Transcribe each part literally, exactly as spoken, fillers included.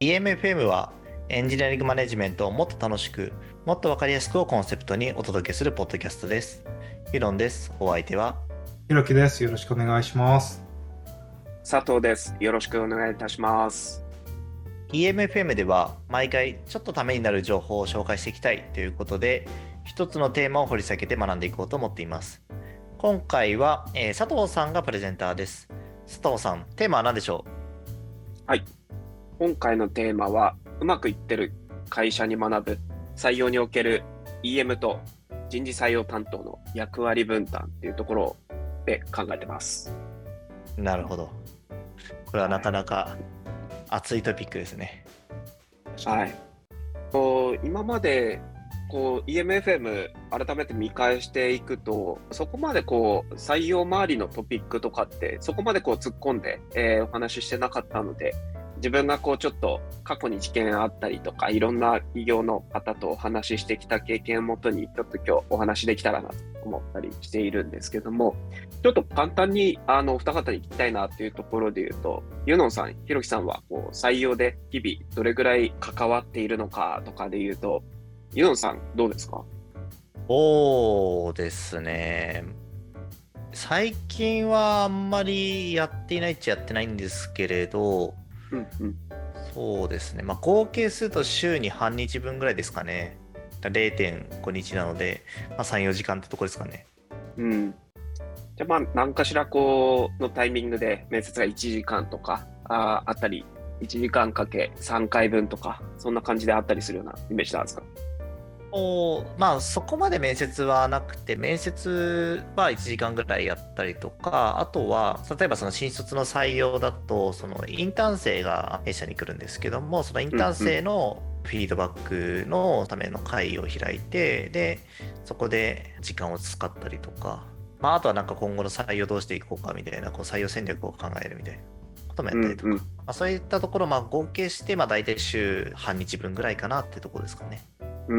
イーエムエフエム はエンジニアリングマネジメントをもっと楽しく、もっとわかりやすくをコンセプトにお届けするポッドキャストです。ヒロンです。お相手はひろきです。よろしくお願いします。 佐藤です。よろしくお願いいたします。 イーエムエフエム では毎回ちょっとためになる情報を紹介していきたいということで、一つのテーマを掘り下げて学んでいこうと思っています。今回は、えー佐藤さんがプレゼンターです。佐藤さん、テーマは何でしょはい。今回のテーマは、うまくいってる会社に学ぶ採用における イーエム と人事採用担当の役割分担っていうところで考えてます。 う？なるほど。これはなかなか熱いトピックですね。 はい。こう今までこう イーエムエフエム 改めて見返していくと、そこまでこう採用周りのトピックとかってそこまでこう突っ込んで、えーお話ししてなかったので、自分がこうちょっと過去に知見あったりとか、いろんな企業の方とお話ししてきた経験をもとに、ちょっと今日お話しできたらなと思ったりしているんですけども、ちょっと簡単にあのお二方に聞きたいなっていうところで言うと、ユノンさん、ヒロキさんはこう採用で日々どれぐらい関わっているのかとかで言うと、ユノンさんどうですか？ そうですね。最近はあんまりやっていないっちゃやってないんですけれど、 うんうんそうですね。まあ合計すると週に半日分ぐらいですかね。れいてんごにちなので、まあ、さん、よじかんってとこですかね。 うん。じゃあまあ何かしらこうのタイミングで面接がいちじかんとかああったり、いちじかんかけさんかいぶんとか、そんな感じであったりするようなイメージなんですか？ おまあそこまで面接はなくて、面接はいちじかんぐらいやったりとか、あとは例えばその新卒の採用だと、そのインターン生が弊社に来るんですけども、そのインターンうんうん生のフィードバックのための会を開いて、でそこで時間を使ったりとか、まあ、あとはなんか今後の採用どうしていこうかみたいな、こう採用戦略を考えるみたいなこともやったりとか、 うんうん。 まあ、そういったところ、まあ合計してまあ大体週半日分ぐらいかなってところですかね。 うん、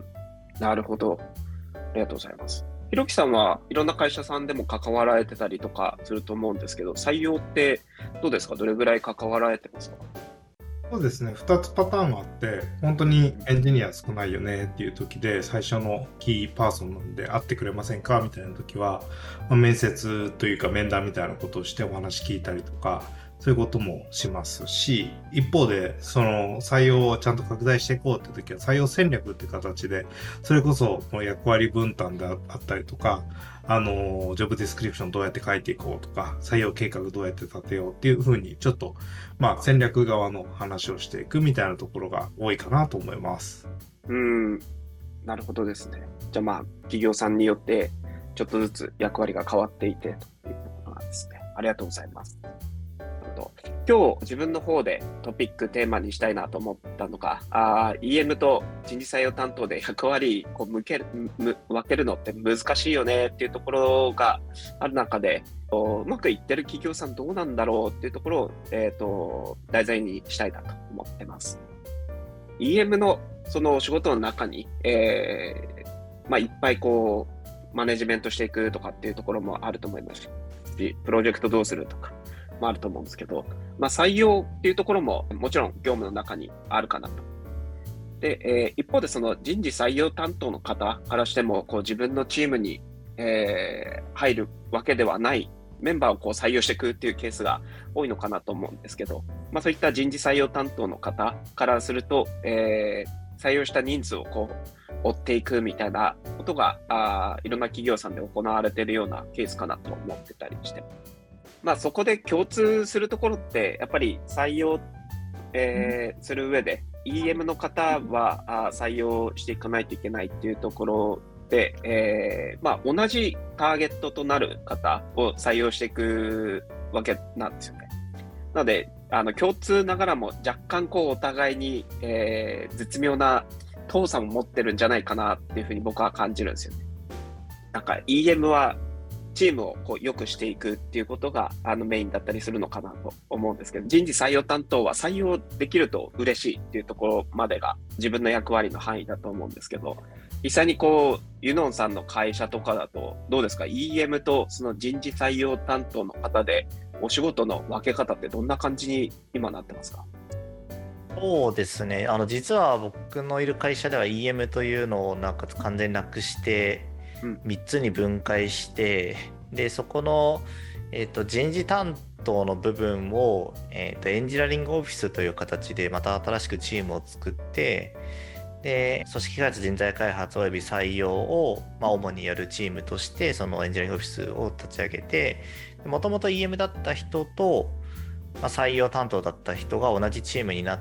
なるほど。ありがとうございます。ひろきさんはいろんな会社さんでも関わられてたりとかすると思うんですけど、採用ってどうですか？どれぐらい関わられてますか？ そうですね。ふたつパターンがあって、本当にエンジニア少ないよねっていう時で、最初のキーパーソンなんで会ってくれませんかみたいな時は、まあ面接というか面談みたいなことをしてお話聞いたりとか、そういうこともしますし、一方で、その採用をちゃんと拡大していこうって時は、採用戦略って形で、それこそこの役割分担であったりとか、あの、ジョブディスクリプションどうやって書いていこうとか、採用計画どうやって立てようっていうふうに、ちょっと、まあ、戦略側の話をしていくみたいなところが多いかなと思います。 うん、なるほどですね。じゃあまあ、企業さんによってちょっとずつ役割が変わっていてということなんですね。ありがとうございます。なるほど。今日自分の方でトピックテーマにしたいなと思ったのが、あー イーエム と人事採用担当で役割こう向けるむ分けるのって難しいよねっていうところがある中で、おうまくいってる企業さんどうなんだろうっていうところを、えーと題材にしたいなと思ってます。イーエム のその仕事の中に、えーまあ、いっぱいこうマネジメントしていくとかっていうところもあると思いますし、プロジェクトどうするとかもあると思うんですけど、まあ、採用っていうところももちろん業務の中にあるかなと。で、えー一方でその人事採用担当の方からしても、こう自分のチームに、えー入るわけではないメンバーをこう採用していくっていうケースが多いのかなと思うんですけど、まあ、そういった人事採用担当の方からすると、えー採用した人数をこう追っていくみたいなことがあーいろんな企業さんで行われているようなケースかなと思ってたりして、まあ、そこで共通するところって、やっぱり採用、えーする上で、イーエム の方はあー採用していかないといけないっていうところで、えーまあ、同じターゲットとなる方を採用していくわけなんですよね。なので、あの共通ながらも若干こうお互いに、えー絶妙な遠さも持ってるんじゃないかなっていうふうに僕は感じるんですよね。なんか イーエム はチームをこう良くしていくっていうことがあのメインだったりするのかなと思うんですけど、人事採用担当は採用できると嬉しいっていうところまでが自分の役割の範囲だと思うんですけど、実際にこうユノンさんの会社とかだとどうですか？ イーエム とその人事採用担当の方でお仕事の分け方ってどんな感じに今なってますか？ そうですね。あの、実は僕のいる会社では イーエム というのをなんか完全になくして、 うん。 みっつに分解して、で、そこの、えっと、人事担当の部分を、えっと、エンジニアリングオフィスという形でまた新しくチームを作って、で、組織開発、人材開発および採用を、まあ、主にやるチームとして、そのエンジニアリングオフィスを立ち上げて、もともと イーエム だった人と、まあ、採用担当だった人が同じチームになって、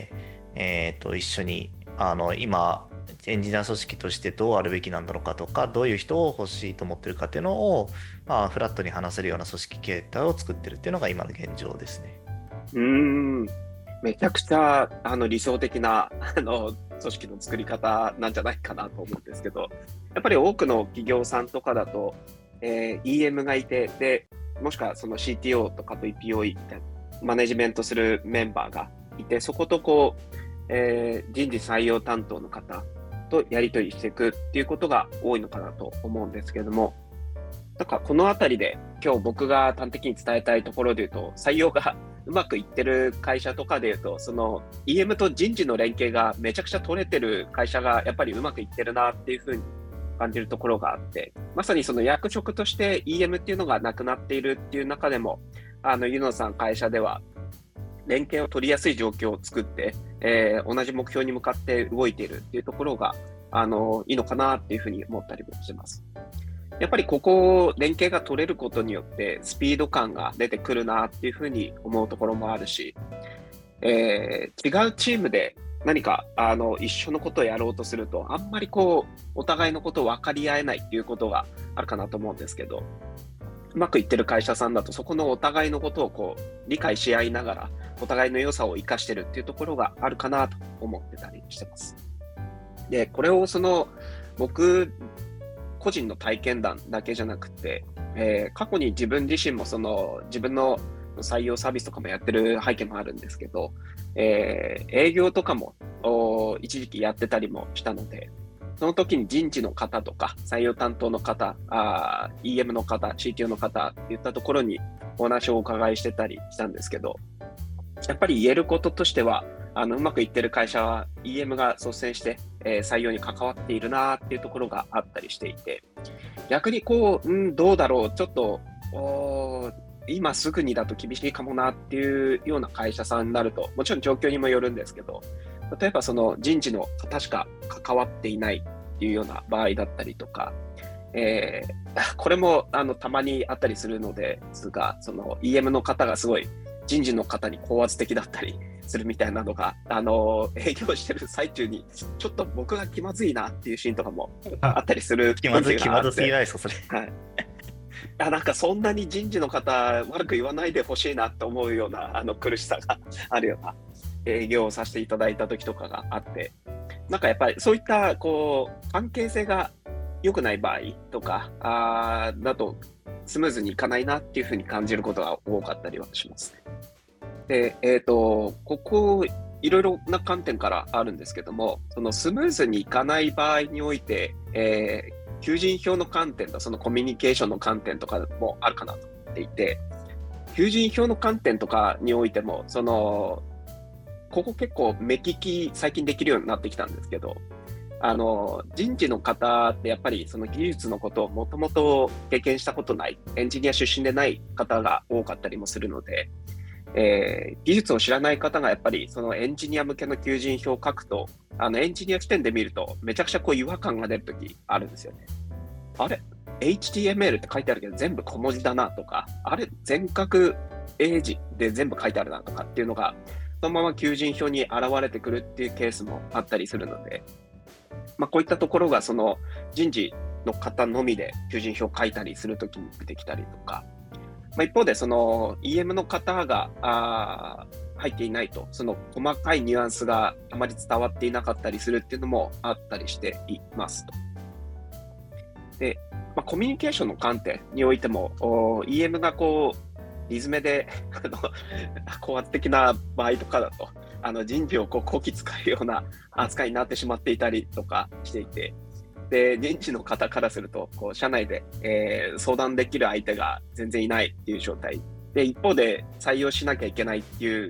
えー、と一緒にあの今エンジニア組織としてどうあるべきなんだろうかとか、どういう人を欲しいと思ってるかっていうのを、まあ、フラットに話せるような組織形態を作ってるっていうのが今の現状ですね。 うーん。めちゃくちゃあの理想的なあの組織の作り方なんじゃないかなと思うんですけど、やっぱり多くの企業さんとかだと、えー イーエム がいて、で、もしくはその シーティーオー とかと ピーオーイー ってマネジメントするメンバーがいて、そことこう、えー人事採用担当の方とやり取りしていくっていうことが多いのかなと思うんですけれども、なんかこのあたりで今日僕が端的に伝えたいところで言うと、採用がうまくいってる会社とかで言うと、その イーエム と人事の連携がめちゃくちゃ取れてる会社がやっぱりうまくいってるなっていうふうに感じるところがあって、まさにその役職として イーエム っていうのがなくなっているっていう中でも、あの、ユノさん会社では連携を取りやすい状況を作って、えー同じ目標に向かって動いているっていうところが、あの、いいのかなっていうふうに思ったりもしてます。やっぱりここ、連携が取れることによってスピード感が出てくるなっていうふうに思うところもあるし、えー違うチームで何かあの一緒のことをやろうとすると、あんまりこう、お互いのことを分かり合えないっていうことがあるかなと思うんですけど、うまくいってる会社さんだと、そこのお互いのことをこう理解し合いながら、お互いの良さを生かしてるっていうところがあるかなと思ってたりしてます。で、これをその、僕、個人の体験談だけじゃなくて、えー過去に自分自身もその自分の採用サービスとかもやってる背景もあるんですけど、えー営業とかもお一時期やってたりもしたので、その時に人事の方とか採用担当の方、あー イーエム の方、シーティーオー の方っていったところにお話をお伺いしてたりしたんですけど、やっぱり言えることとしては、あのうまくいってる会社は イーエム が率先して、えー採用に関わっているなっていうところがあったりしていて、逆にこう、うん、どうだろう、ちょっと、おー今すぐにだと厳しいかもなっていうような会社さんになると、もちろん状況にもよるんですけど、例えばその人事の方しか関わっていないっていうような場合だったりとか、えーこれもあのたまにあったりするのですが、その イーエム の方がすごい人事の方に高圧的だったりするみたいなのが、あの営業してる最中にちょっと僕が気まずいなっていうシーンとかもあったりする気まずい、 時があって気まずすぎないですか、それ。 はい。あ、なんかそんなに人事の方悪く言わないでほしいなと思うようなあの苦しさがあるような営業をさせていただいた時とかがあって、なんかやっぱりそういったこう関係性が良くない場合とかあーだとスムーズにいかないなっていうふうに感じることが多かったりはしますね。で、えっと、ここいろいろな観点からあるんですけども、そのスムーズにいかない場合において、えー求人票の観点とそのコミュニケーションの観点とかもあるかなと思っていて、求人票の観点とかにおいても、その、ここ結構目利き最近できるようになってきたんですけど、あの、人事の方ってやっぱりその技術のことをもともと経験したことない、エンジニア出身でない方が多かったりもするので、えー技術を知らない方がやっぱりそのエンジニア向けの求人票を書くと、あのエンジニア視点で見るとめちゃくちゃこう違和感が出るときあるんですよね。あれ エイチティーエムエル って書いてあるけど全部小文字だなとか、あれ全角英字で全部書いてあるなとかっていうのが、そのまま求人票に現れてくるっていうケースもあったりするので、まあ、こういったところがその人事の方のみで求人票を書いたりするときに出てきたりとか、まあ、一方でその イーエム の方があー入っていないと、その細かいニュアンスがあまり伝わっていなかったりするっていうのもあったりしていますと。で、まあ、コミュニケーションの観点においても、お イーエム がこう、リズメであの高圧的な場合とかだと、あの人事をこうこき使うような扱いになってしまっていたりとかしていて、で、人事の方からすると、こう社内で、えー相談できる相手が全然いないっていう状態。で、一方で採用しなきゃいけないっていう現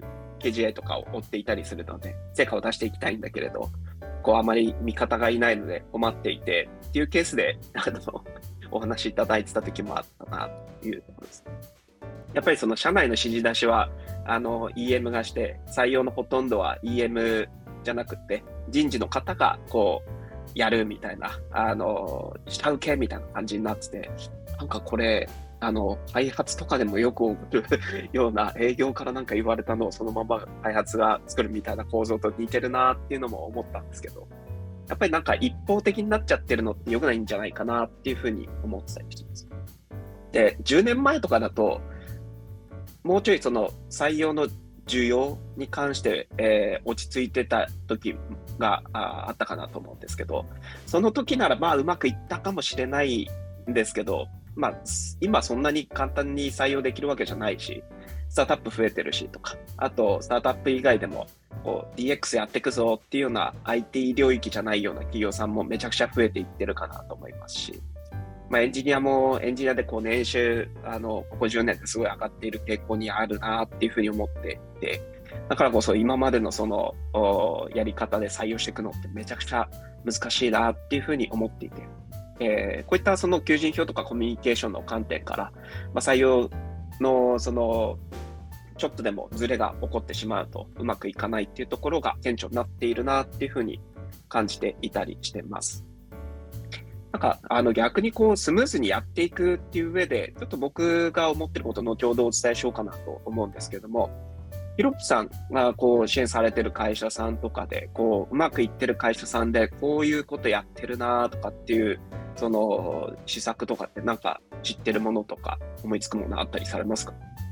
ケージアイ とかを追っていたりするので、成果を出していきたいんだけれど、こうあまり味方がいないので困っていてっていうケースであのお話しいただいてた時もあったなというところです。やっぱりその社内の指示出しはあの イーエム がして、採用のほとんどは イーエム じゃなくて人事の方がこうやるみたいな、あの下請けみたいな感じになってて、なんかこれあの開発とかでもよく起こるような、営業からなんか言われたのをそのまま開発が作るみたいな構造と似てるなっていうのも思ったんですけど、やっぱりなんか一方的になっちゃってるのって良くないんじゃないかなっていうふうに思ってたりしてます。で、じゅうねんまえとかだともうちょいその採用の需要に関して、えー、落ち着いてた時が あ, あったかなと思うんですけど、その時ならまあうまくいったかもしれないんですけど、まあ今そんなに簡単に採用できるわけじゃないし、スタートアップ増えてるしとか、あとスタートアップ以外でもこう ディーエックス やっていくぞっていうような アイティー 領域じゃないような企業さんもめちゃくちゃ増えていってるかなと思いますし、まあ、エンジニアもエンジニアでこう年収あのここじゅうねんですごい上がっている傾向にあるなっていうふうに思っていて、だからこそ今までのそのやり方で採用していくのってめちゃくちゃ難しいなっていうふうに思っていて、えー、こういったその求人票とかコミュニケーションの観点から、まあ、採用のそのちょっとでもズレが起こってしまうとうまくいかないっていうところが顕著になっているなっていうふうに感じていたりしてます。なんかあの逆にこうスムーズにやっていくっていう上で、ちょっと僕が思っていることを後ほどお伝えしようかなと思うんですけども、ひろきさんがこう支援されてる会社さんとかでこううまくいってる会社さんでこういうことやってるなとかっていうその施策とかってなんか知ってるものとか思いつくものあったりされますか？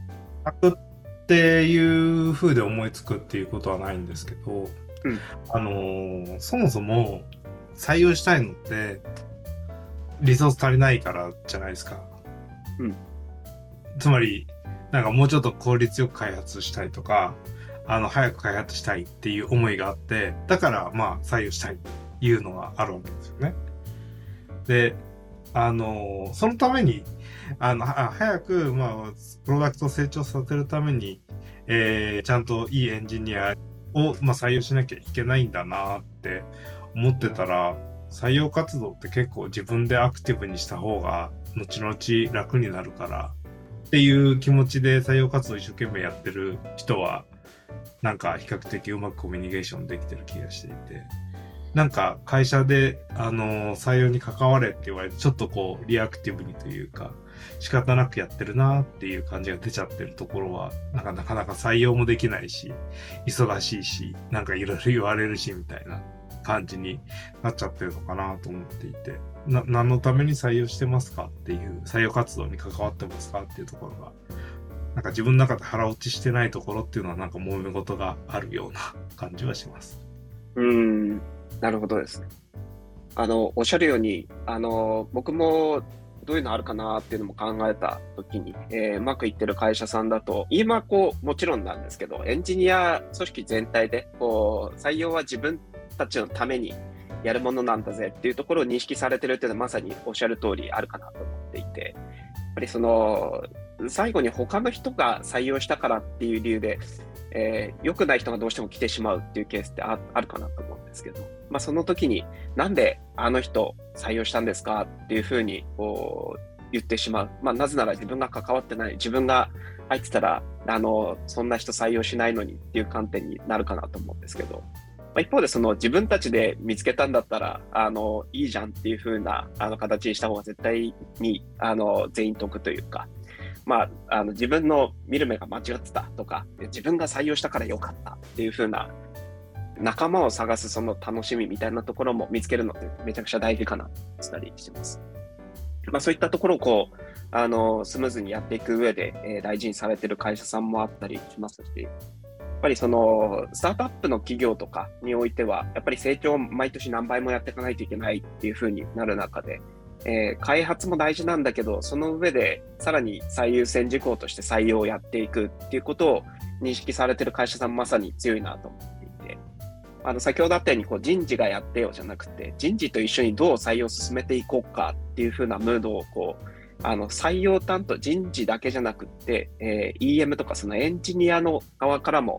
っていう風で思いつくっていうことはないんですけど、うん、あのー、そもそも採用したいのってリソース足りないからじゃないですか。うん。つまりなんかもうちょっと効率よく開発したいとか、あの早く開発したいっていう思いがあって、だからまあ採用したいというのがあるわけですよね。で、あのー、そのためにあの早くまあプロダクトを成長させるために、えー、ちゃんといいエンジニアをまあ採用しなきゃいけないんだなって思ってたら、採用活動って結構自分でアクティブにした方が後々楽になるからっていう気持ちで採用活動を一生懸命やってる人はなんか比較的うまくコミュニケーションできてる気がしていて、なんか会社であの採用に関われって言われてちょっとこうリアクティブにというか仕方なくやってるなっていう感じが出ちゃってるところは、なんかなかなか採用もできないし忙しいしなんかいろいろ言われるしみたいな感じになっちゃってるのかなと思っていて、な何のために採用してますかっていう、採用活動に関わってますかっていうところがなんか自分の中で腹落ちしてないところっていうのはなんか揉め事があるような感じはします。 うーん、なるほどですね。あのおっしゃるようにあの僕もどういうのあるかなっていうのも考えたときに、えー、うまくいってる会社さんだと、今こうもちろんなんですけど、エンジニア組織全体でこう採用は自分たちのためにやるものなんだぜっていうところを認識されてるっていうのはまさにおっしゃる通りあるかなと思っていて、やっぱりその最後に他の人が採用したからっていう理由で、えー、良くない人がどうしても来てしまうっていうケースってあ、あるかなと思うんですけど、まあ、その時になんであの人採用したんですかっていうふうにこう言ってしまう、まあ、なぜなら自分が関わってない、自分が入ってたらあのそんな人採用しないのにっていう観点になるかなと思うんですけど、まあ、一方でその自分たちで見つけたんだったらあのいいじゃんっていう風なあの形にした方が絶対にあの全員得というか、まあ、あの自分の見る目が間違ってたとか、自分が採用したから良かったっていう風な仲間を探すその楽しみみたいなところも見つけるのってめちゃくちゃ大事かなとしたりしてます。まあ、そういったところをこうあのスムーズにやっていく上で、えー、大事にされている会社さんもあったりしますし、やっぱりそのスタートアップの企業とかにおいてはやっぱり成長を毎年何倍もやっていかないといけないっていう風になる中で、えー、開発も大事なんだけど、その上でさらに最優先事項として採用をやっていくっていうことを認識されている会社さんまさに強いなと思っていて、あの先ほどあったようにこう人事がやってよじゃなくて、人事と一緒にどう採用を進めていこうかっていう風なムードをこうあの採用担当人事だけじゃなくって、えー、イーエム とかそのエンジニアの側からも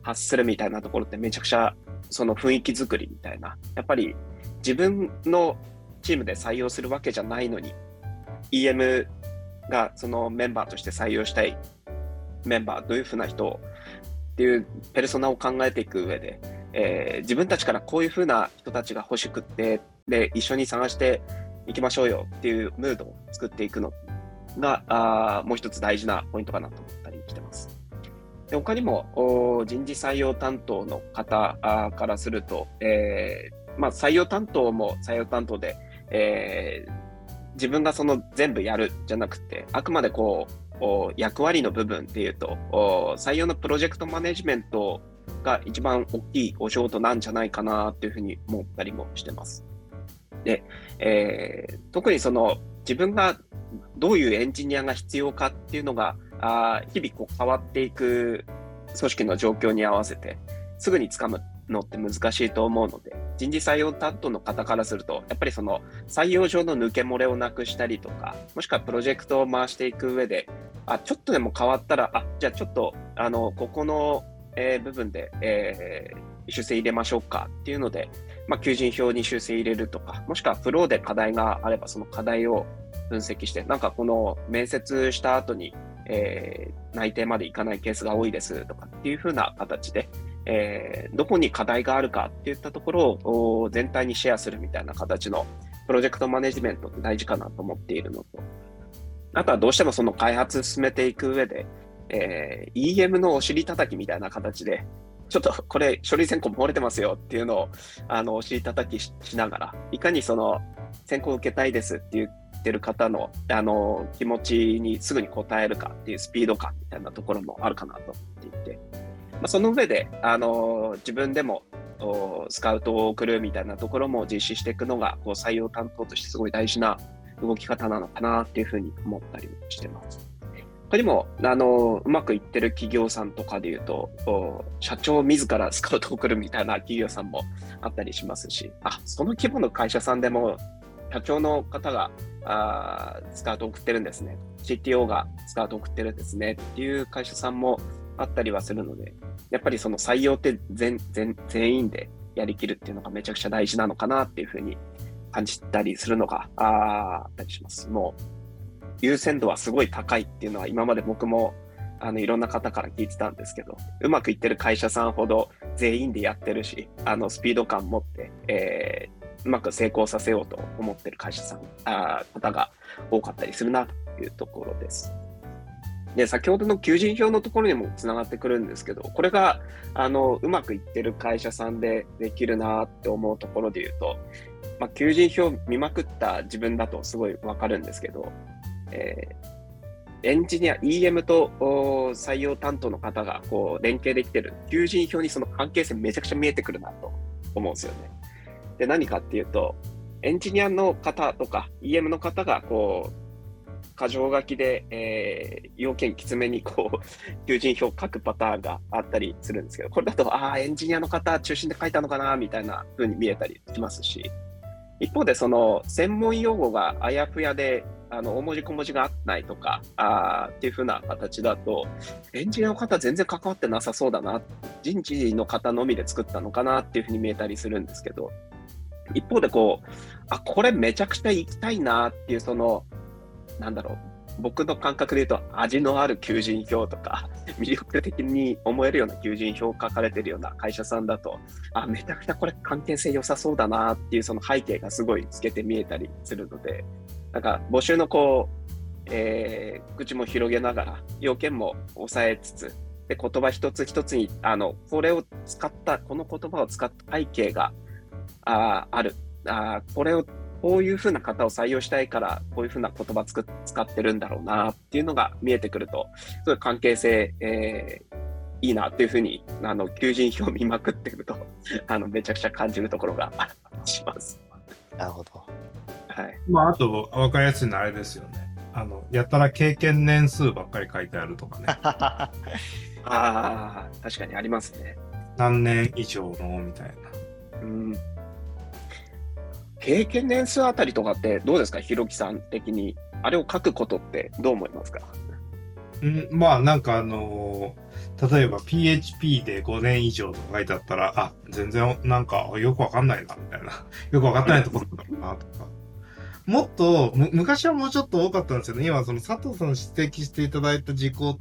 発するみたいなところってめちゃくちゃその雰囲気作りみたいな、やっぱり自分のチームで採用するわけじゃないのに イーエム がそのメンバーとして採用したいメンバー、どういうふうな人っていうペルソナを考えていく上で、えー、自分たちからこういうふうな人たちが欲しくって、で一緒に探していきましょうよっていうムードを作っていくのがあもう一つ大事なポイントかなと思ったりしてます。で他にも人事採用担当の方からすると、えーまあ、採用担当も採用担当で、えー、自分がその全部やるじゃなくて、あくまでこう役割の部分っていうと採用のプロジェクトマネジメントが一番大きいお仕事なんじゃないかなっていうふうに思ったりもしてます。で、えー、特にその自分がどういうエンジニアが必要かっていうのがあ日々こう変わっていく組織の状況に合わせてすぐにつかむのって難しいと思うので、人事採用担当の方からするとやっぱりその採用上の抜け漏れをなくしたりとか、もしくはプロジェクトを回していく上であちょっとでも変わったらあじゃあちょっとあのここの、えー、部分で、えー、修正入れましょうかっていうので、まあ、求人票に修正入れるとか、もしくはフローで課題があればその課題を分析して、なんかこの面接した後に、えー、内定までいかないケースが多いですとかっていう風な形で、えー、どこに課題があるかっていったところを全体にシェアするみたいな形のプロジェクトマネジメントって大事かなと思っているのと、あとはどうしてもその開発進めていく上で、えー、イーエム のお尻叩きみたいな形で、ちょっとこれ書類選考漏れてますよっていうのをあのお尻叩き し, しながら、いかにその選考受けたいですって言ってる方のあの気持ちにすぐに応えるかっていうスピード感みたいなところもあるかなと思っていて、まあ、その上であの自分でもスカウトを送るみたいなところも実施していくのがこう採用担当としてすごい大事な動き方なのかなっていうふうに思ったりもしてます。他にもあのうまくいってる企業さんとかでいうと、社長自らスカウトを送るみたいな企業さんもあったりしますし、あその規模の会社さんでも社長の方があスカウトを送ってるんですね、 シーティーオー がスカウトを送ってるんですねっていう会社さんもあったりはするので、やっぱりその採用って全全全員でやりきるっていうのがめちゃくちゃ大事なのかなっていうふうに感じたりするのがあったりします。もう優先度はすごい高いっていうのは今まで僕もあのいろんな方から聞いてたんですけど、うまくいってる会社さんほど全員でやってるし、あのスピード感持って、えー、うまく成功させようと思ってる会社さんあ方が多かったりするなというところです。で、先ほどの求人票のところにもつながってくるんですけど、これがあのうまくいってる会社さんでできるなって思うところで言うと、まあ、求人票見まくった自分だとすごいわかるんですけど、えー、エンジニア イーエム と採用担当の方がこう連携できてる求人票にその関係性めちゃくちゃ見えてくるなと思うんですよね。で、何かっていうと、エンジニアの方とか イーエム の方がこう箇条書きで、えー、要件きつめにこう求人票を書くパターンがあったりするんですけど、これだとああエンジニアの方中心で書いたのかなみたいな風に見えたりしますし、一方でその専門用語があやふやであの大文字小文字が合ってないとかあっていう風な形だと、エンジニアの方全然関わってなさそうだな、人事の方のみで作ったのかなっていう風に見えたりするんですけど、一方でこうあこれめちゃくちゃ行きたいなっていう、そのなんだろう、僕の感覚で言うと味のある求人票とか魅力的に思えるような求人票を書かれているような会社さんだと、あめちゃくちゃこれ関係性良さそうだなっていうその背景がすごい透けて見えたりするので、なんか募集のこう、えー、口も広げながら要件も抑えつつで、言葉一つ一つにあのこれを使ったこの言葉を使った背景がああるあこれをこういうふうな方を採用したいからこういうふうな言葉つく使ってるんだろうなっていうのが見えてくると、すごい関係性、えー、いいなっていうふうにあの求人票を見まくってるとあのめちゃくちゃ感じるところがします。 なるほど。 はい。 まああと分かりやすいのはあれですよね。あのやたら経験年数ばっかり書いてあるとかね。 ああ確かにありますね。 何年以上のみたいな。 うん。経験年数あたりとかってどうですか、ひろきさん的にあれを書くことってどう思いますか？ んまあなんかあのー例えば ピーエイチピー でごねん以上とか書いてあったら、あ、全然なんかよくわかんないな、みたいな。よくわかってないところだな、とか。もっと、む、昔はもうちょっと多かったんですよね。今、その佐藤さん指摘していただいた事項って、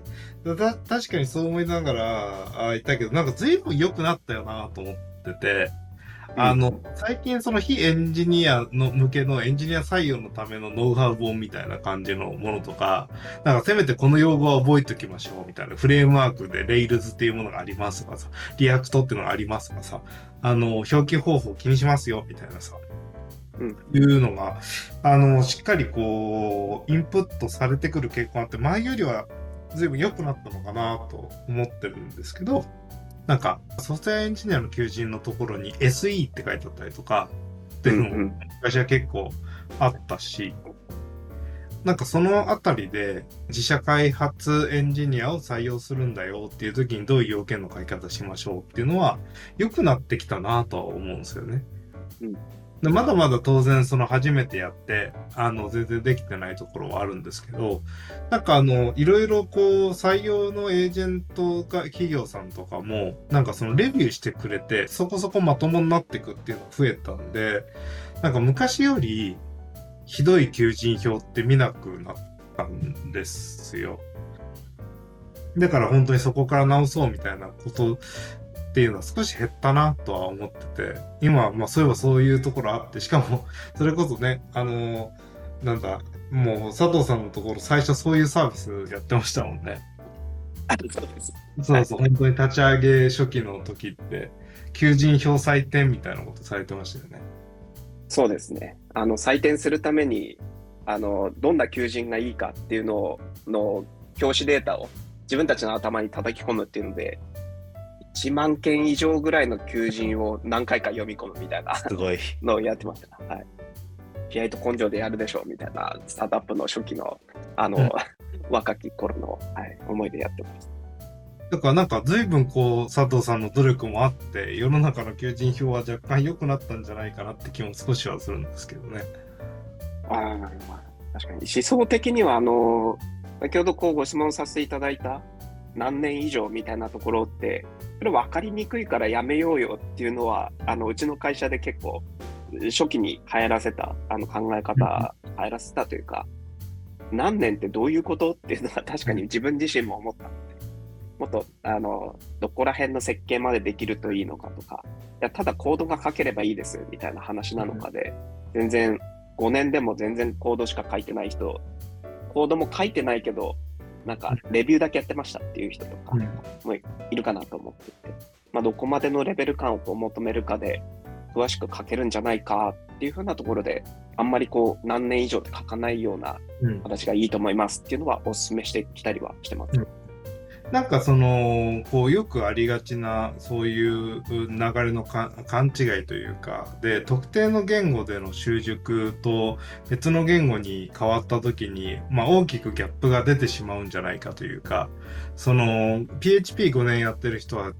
た、確かにそう思いながら、あ、言ったけど、なんか随分良くなったよなと思ってて、あの、最近その非エンジニアの向けのエンジニア採用のためのノウハウ本みたいな感じのものとか、なんかせめてこの用語は覚えておきましょうみたいなフレームワークで Rails っていうものがありますとかさ、リアクトっていうのがありますとかさ、あの、表記方法気にしますよみたいなさ、 うん、 いうのが、あの、しっかりこう、インプットされてくる傾向があって、前よりは随分良くなったのかなと思ってるんですけど、なんか、ソフトウェアエンジニアの求人のところに エスイー って書いてあったりとか、っていうのも昔は結構あったし、なんかそのあたりで自社開発エンジニアを採用するんだよっていう時にどういう要件の書き方しましょうっていうのは良くなってきたなとは思うんですよね。 うんでまだまだ当然その初めてやって、あの、全然できてないところはあるんですけど、なんかあの、いろいろこう、採用のエージェントが、企業さんとかも、なんかそのレビューしてくれて、そこそこまともになっていくっていうのが増えたんで、なんか昔より、ひどい求人票って見なくなったんですよ。だから本当にそこから直そうみたいなことっていうのは少し減ったなとは思ってて、今、まあそういえばそういうところあって、しかも、それこそね、あの、なんだ、もう佐藤さんのところ最初そういうサービスやってましたもんね。 あ、そうです。 そうそう、本当に立ち上げ初期の時って、求人票採点みたいなことされてましたよね。 そうですね。あの、採点するために、あの、どんな求人がいいかっていうのを、の表紙データを自分たちの頭に叩き込むっていうので、いちまんけん以上ぐらいの求人を何回か読み込むみたいなすごい。 のをやってました。はい。気合と根性でやるでしょうみたいな、スタートアップの初期の、あの、 うん若き頃の、はい、思いでやってます。 だからなんか随分こう佐藤さんの努力もあって世の中の求人票は若干良くなったんじゃないかなって気も少しはするんですけどね。 ああ、確かに思想的にはあの先ほどこうご質問させていただいた何年以上みたいなところってそれ分かりにくいからやめようよっていうのはあのうちの会社で結構初期に流行らせたあの考え方流行らせたというか何年ってどういうことっていうのは確かに自分自身も思ったのでもっとあのどこら辺の設計までできるといいのかとかいやただコードが書ければいいですみたいな話なのかで全然ごねんでも全然コードしか書いてない人コードも書いてないけどなんかレビューだけやってましたっていう人とかもいるかなと思っていて、まあ、どこまでのレベル感をこう求めるかで詳しく書けるんじゃないかっていうふうなところであんまりこう何年以上で書かないような形がいいと思いますっていうのはお勧めしてきたりはしてます。 うんなんかその、こうよくありがちなそういう流れのか勘違いというか、で、特定の言語での習熟と別の言語に変わった時に、まあ大きくギャップが出てしまうんじゃないかというか、その ピーエイチピーご 年やってる人は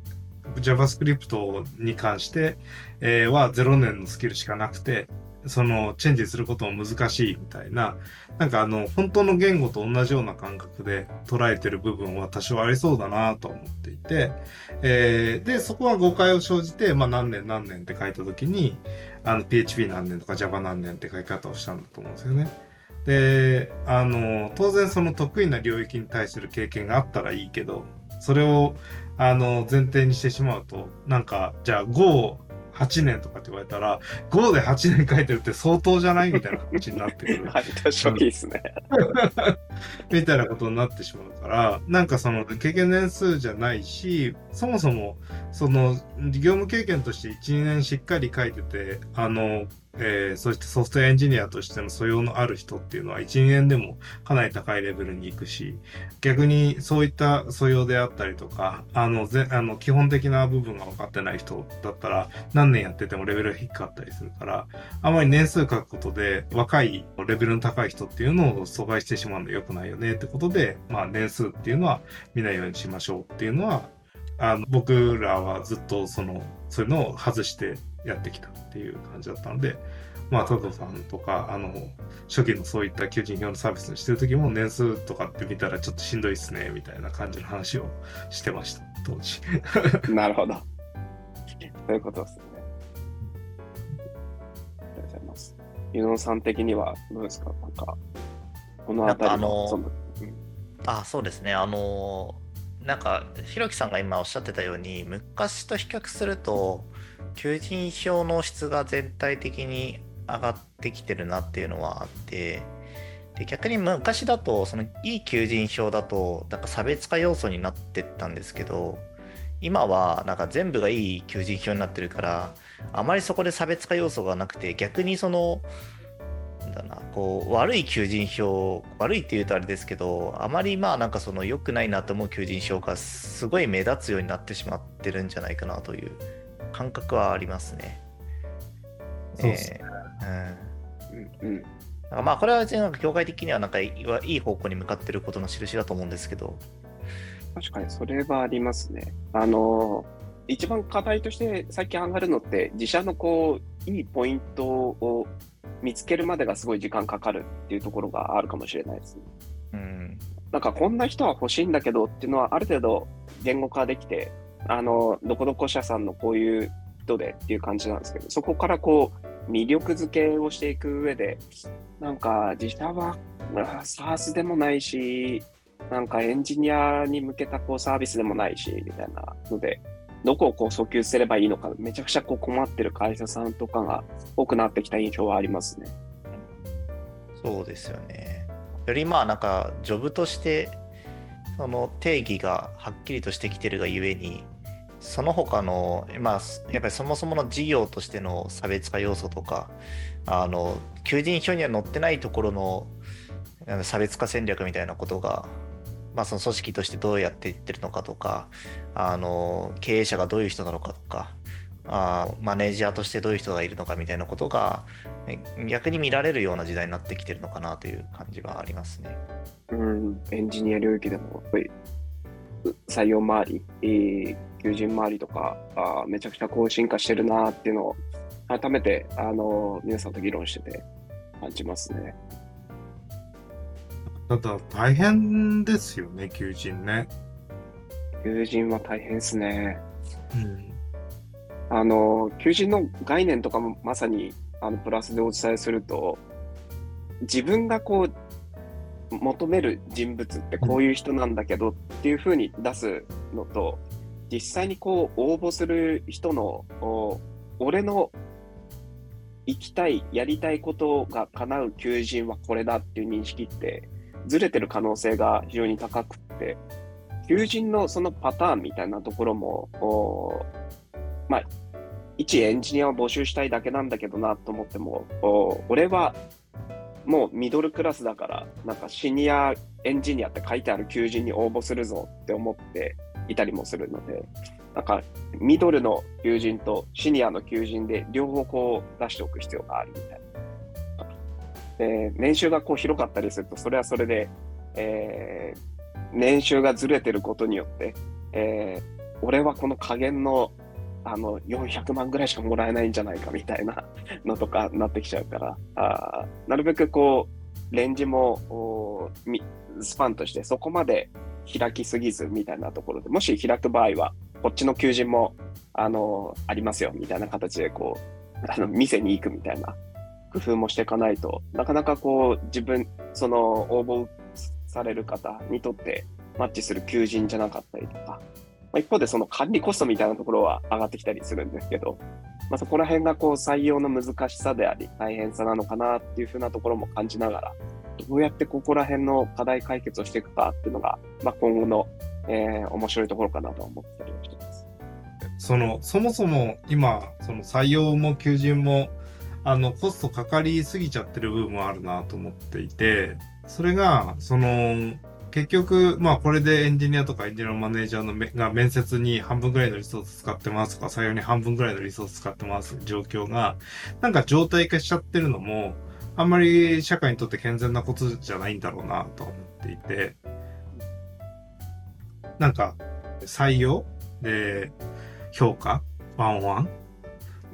JavaScript に関して、えー、はゼロねんのスキルしかなくて、そのチェンジすることも難しいみたいな、なんかあの本当の言語と同じような感覚で捉えてる部分は多少ありそうだなと思っていて、えー、でそこは誤解を生じて、まあ、何年何年って書いた時にあの ピーエイチピー 何年とか Java 何年って書き方をしたんだと思うんですよね。で、あの当然その得意な領域に対する経験があったらいいけど、それをあの前提にしてしまうと、なんかじゃあ Goはちねんとかって言われたら Go ではちねん書いてるって相当じゃないみたいな形になってくるはい、確かにですねみたいなことになってしまうから、なんかその経験年数じゃないし、そもそもその業務経験としていち、にねんしっかり書いてて、あのえー、そしてソフトウェアエンジニアとしての素養のある人っていうのはいち、にねんでもかなり高いレベルに行くし、逆にそういった素養であったりとか、あの、ぜあの基本的な部分が分かってない人だったら何年やっててもレベルが低かったりするから、あまり年数書くことで若いレベルの高い人っていうのを阻害してしまうのは良くないよねってことで、まあ年数っていうのは見ないようにしましょうっていうのは、あの僕らはずっとその、そういうのを外してやってきたっていう感じだったので、 まあ、トドさんとか、あの、初期のそういった求人票のサービスにしてる時も年数とかって見たらちょっとしんどいっすね、みたいな感じの話をしてました、当時。 なるほど。そういうことですね。ありがとうございます。ユノさん的にはどうですか？なんか、このあたりなんかあのの、その、うん、 あ、そうですね。あの、なんか、ひろきさんが今おっしゃってたように、昔と比較すると、求人票の質が全体的に上がってきてるなっていうのはあって、で、逆に昔だと、そのいい求人票だと、なんか差別化要素になってったんですけど、今はなんか全部がいい求人票になってるから、あまりそこで差別化要素がなくて、逆にその、なんだな、こう、悪い求人票、悪いって言うとあれですけど、あまりまあなんかその良くないなと思う求人票がすごい目立つようになってしまってるんじゃないかなという感覚はありますね。 そうですね。 えーうんうん、うん。 なんかまあこれは別になんか業界的にはなんかいいい方向に向かってることの印だと思うんですけど、 確かにそれはありますね。あの、一番課題として最近上がるのって、自社のこう、いいポイントを見つけるまでがすごい時間かかるっていうところがあるかもしれないですね。 うん、 なんかこんな人は欲しいんだけどっていうのはある程度言語化できて、あの、どこどこ社さんのこういう人でっていう感じなんですけど、そこからこう、魅力付けをしていく上で、なんか自社は、SaaS でもないし、なんかエンジニアに向けたこうサービスでもないし、みたいなので、どこをこう訴求すればいいのか、めちゃくちゃこう困ってる会社さんとかが多くなってきた印象はありますね。 そうですよね。よりまあなんかジョブとしてその定義がはっきりとしてきてるがゆえに、その他の、まあ、やっぱりそもそもの事業としての差別化要素とか、あの、求人票には載ってないところのあの差別化戦略みたいなことが、まあ、その組織としてどうやっていってるのかとか、あの、経営者がどういう人なのかとか、あマネージャーとしてどういう人がいるのかみたいなことがえ逆に見られるような時代になってきてるのかなという感じはありますね。 うん、エンジニア領域でも、やっぱり採用周り、えー求人周りとか、あめちゃくちゃこう進化してるなっていうのを、改めて、あの、皆さんと議論してて感じますね。 ただ、大変ですよね、求人ね。 求人は大変ですね。 うん。 あの、求人の概念とかもまさに、あの、プラスでお伝えすると、自分がこう、求める人物ってこういう人なんだけどっていう風に出すのと、実際にこう応募する人の、お俺の行きたい、やりたいことが叶う求人はこれだっていう認識ってずれてる可能性が非常に高くって、求人のそのパターンみたいなところも、おまあ、一エンジニアを募集したいだけなんだけどなと思っても、お俺はもうミドルクラスだから、なんかシニアエンジニアって書いてある求人に応募するぞって思っていたりもするので、なんかミドルの求人とシニアの求人で両方こう出しておく必要があるみたいな。で、年収がこう広かったりすると、それはそれで、えー、年収がずれてることによって、えー、俺はこの加減のあのよんひゃくまんぐらいしかもらえないんじゃないかみたいなのとかなってきちゃうから、あなるべくこうレンジもスパンとしてそこまで開きすぎずみたいなところで、もし開く場合はこっちの求人もあのありますよみたいな形でこうあの店に行くみたいな工夫もしていかないと、なかなかこう自分その応募される方にとってマッチする求人じゃなかったりとか、一方でその管理コストみたいなところは上がってきたりするんですけど、まあ、そこら辺がこう採用の難しさであり大変さなのかなっていうふうなところも感じながら、どうやってここら辺の課題解決をしていくかっていうのが、まあ、今後の、えー、面白いところかなと思ったりしています。 その、そもそも今、その採用も求人も、あの、コストかかりすぎちゃってる部分もあるなと思っていて、それが、その、結局、まあこれでエンジニアとかエンジニアのマネージャーのめが面接に半分ぐらいのリソース使ってますとか、採用に半分ぐらいのリソース使ってます状況が、なんか状態化しちゃってるのも、あんまり社会にとって健全なことじゃないんだろうなと思っていて、なんか採用で評価ワンオンワン、 うん、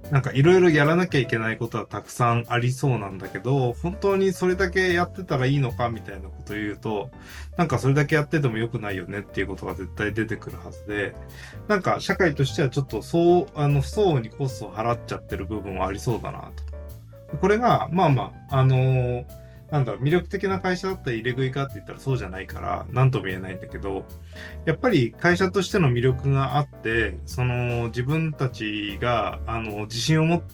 なんかいろいろやらなきゃいけないことはたくさんありそうなんだけど、本当にそれだけやってたらいいのかみたいなことを言うと、なんかそれだけやってても良くないよねっていうことが絶対出てくるはずで、なんか社会としてはちょっとそう、あの、不相応にコストを払っちゃってる部分はありそうだなと。これが、まあまあ、あのーなんだろう、魅力的な会社だったら入れ食いかって言ったらそうじゃないから、なんとも言えないんだけど、やっぱり会社としての魅力があって、その自分たちが、あの、自信を持って、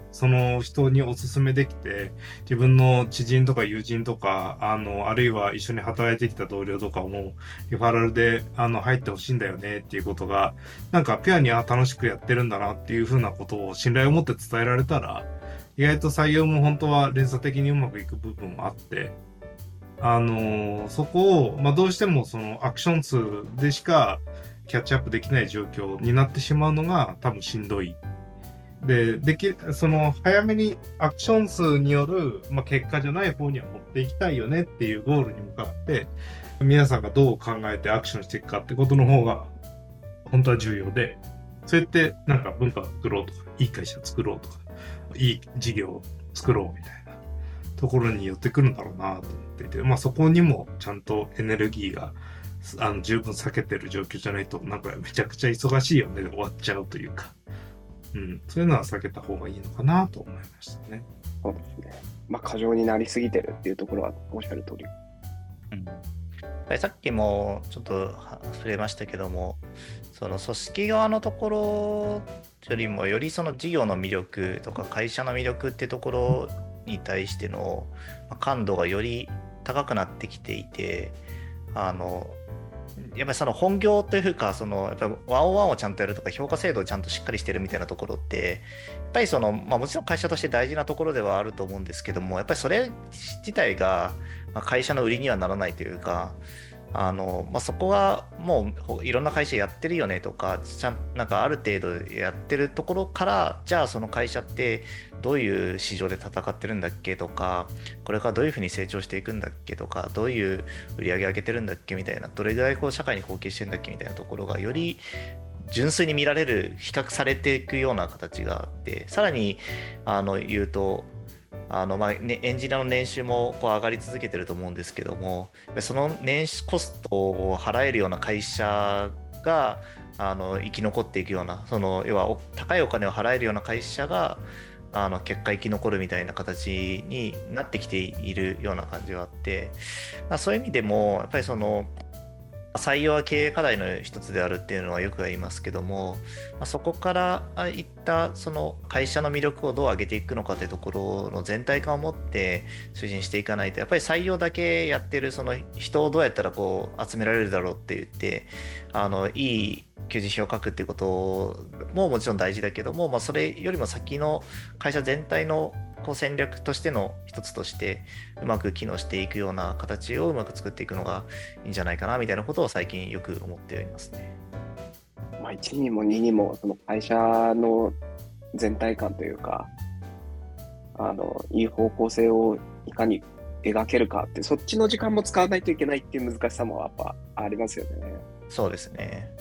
その人にお勧めできて、自分の知人とか友人とか、あの、あるいは一緒に働いてきた同僚とかも、リファラルで、あの、入ってほしいんだよねっていうことが、なんかピュアには楽しくやってるんだなっていうふうなことを信頼を持って伝えられたら、意外と採用も本当は連鎖的にうまくいく部分もあって、あのーそこを、まあ、どうしてもそのアクション数でしかキャッチアップできない状況になってしまうのが多分しんどい。で、でき、その早めにアクション数による、まあ、結果じゃない方には持っていきたいよねっていうゴールに向かって、皆さんがどう考えてアクションしていくかってことの方が本当は重要で、そうやってなんか文化を作ろうとか、いい会社を作ろうとか、いい事業を作ろうみたいなところに寄ってくるんだろうなと思っていて、まあそこにもちゃんとエネルギーがあの十分避けてる状況じゃないと、なんかめちゃくちゃ忙しいよねで終わっちゃうというか、うん、そういうのは避けた方がいいのかなと思いましたね。 そうですね。まあ過剰になりすぎてるっていうところはおっしゃる通り。 うん、やっぱりさっきもちょっと触れましたけども、その組織側のところよりもよりその事業の魅力とか会社の魅力ってところに対しての感度がより高くなってきていて、あのやっぱりその本業というか、そのやっぱりワンオンワンをちゃんとやるとか評価制度をちゃんとしっかりしてるみたいなところって、やっぱりその、まあ、もちろん会社として大事なところではあると思うんですけども、やっぱりそれ自体が会社の売りにはならないというか、あのまあ、そこはもういろんな会社やってるよねとか、ちゃんなんかある程度やってるところから、じゃあその会社ってどういう市場で戦ってるんだっけとか、これからどういうふうに成長していくんだっけとか、どういう売り上げ上げてるんだっけみたいな、どれぐらいこう社会に貢献してるんだっけみたいなところがより純粋に見られる、比較されていくような形があって、さらにあの言うと、あのまあね、エンジニアの年収もこう上がり続けてると思うんですけども、その年収コストを払えるような会社があの生き残っていくような、その要はお高いお金を払えるような会社があの結果生き残るみたいな形になってきているような感じがあって、まあ、そういう意味でもやっぱりその採用は経営課題の一つであるっていうのはよく言いますけども、まあ、そこからいったその会社の魅力をどう上げていくのかというところの全体感を持って推進していかないと、やっぱり採用だけやってるその人をどうやったらこう集められるだろうって言って、あのいい求人票を書くっていうことももちろん大事だけども、まあ、それよりも先の会社全体のこう戦略としての一つとしてうまく機能していくような形をうまく作っていくのがいいんじゃないかなみたいなことを最近よく思っておりますね。 まあいちにもににもその会社の全体感というか、あのいい方向性をいかに描けるかって、そっちの時間も使わないといけないっていう難しさもやっぱありますよね。 そうですね。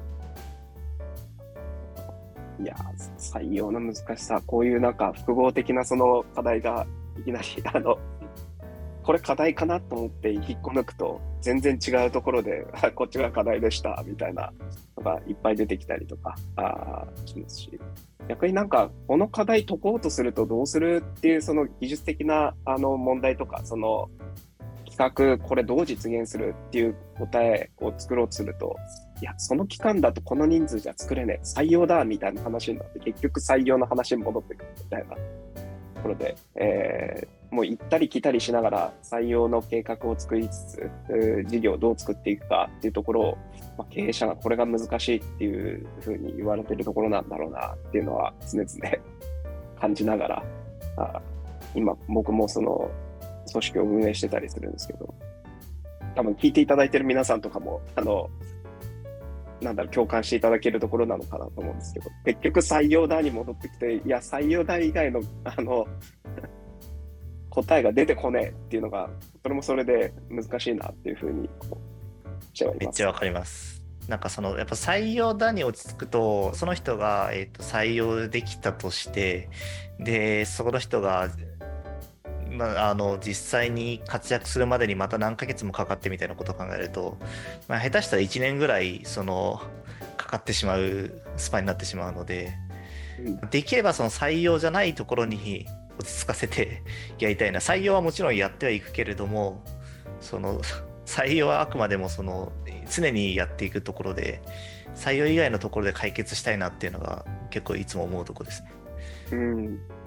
いや、採用の難しさ、こういうなんか複合的なその課題がいきなり、あの、これ課題かなと思って引っこ抜くと、全然違うところで、こっちが課題でした、みたいなのがいっぱい出てきたりとかあしますし、逆になんか、この課題解こうとするとどうするっていう、その技術的なあの問題とか、その企画、これどう実現するっていう答えを作ろうとすると、いや、その期間だとこの人数じゃ作れねえ、採用だみたいな話になって、結局採用の話に戻ってくるみたいなところで、えー、もう行ったり来たりしながら採用の計画を作りつつ、えー、事業をどう作っていくかっていうところを、まあ、経営者がこれが難しいっていうふうに言われてるところなんだろうなっていうのは常々感じながら、あ今僕もその組織を運営してたりするんですけど、多分聞いていただいてる皆さんとかも、あの、なんだろう、共感していただけるところなのかなと思うんですけど、結局採用だに戻ってきて、いや、採用だ以外の、あの、答えが出てこねえっていうのが、それもそれで難しいなっていうふうに、しちゃいます。 めっちゃわかります。 なんかそのやっぱ採用だに落ち着くと、その人が、えーと採用できたとして、でその人が、まあ、あの実際に活躍するまでにまた何ヶ月もかかってみたいなことを考えると、まあ、下手したらいちねんぐらいそのかかってしまうスパンになってしまうので、 うんできればその採用じゃないところに落ち着かせてやりたいな。採用はもちろんやってはいくけれども、その採用はあくまでもその常にやっていくところで、採用以外のところで解決したいなっていうのが結構いつも思うところですね。 うん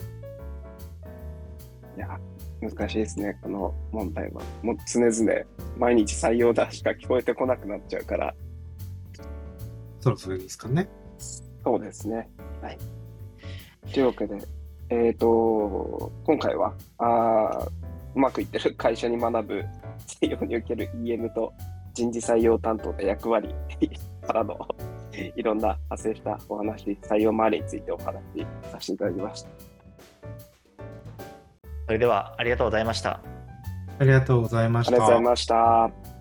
いや、難しいですね、この問題は。もう常々、毎日採用だしか聞こえてこなくなっちゃうから。 そろそろいいですかね。 そうですね。はい。というわけで、えっと、今回は、あうまくいってる会社に学ぶ採用における イーエム と人事採用担当の役割からのいろんな派生したお話、採用周りについてお話しさせていただきました。 それではありがとうございました。 ありがとうございました。 ありがとうございました。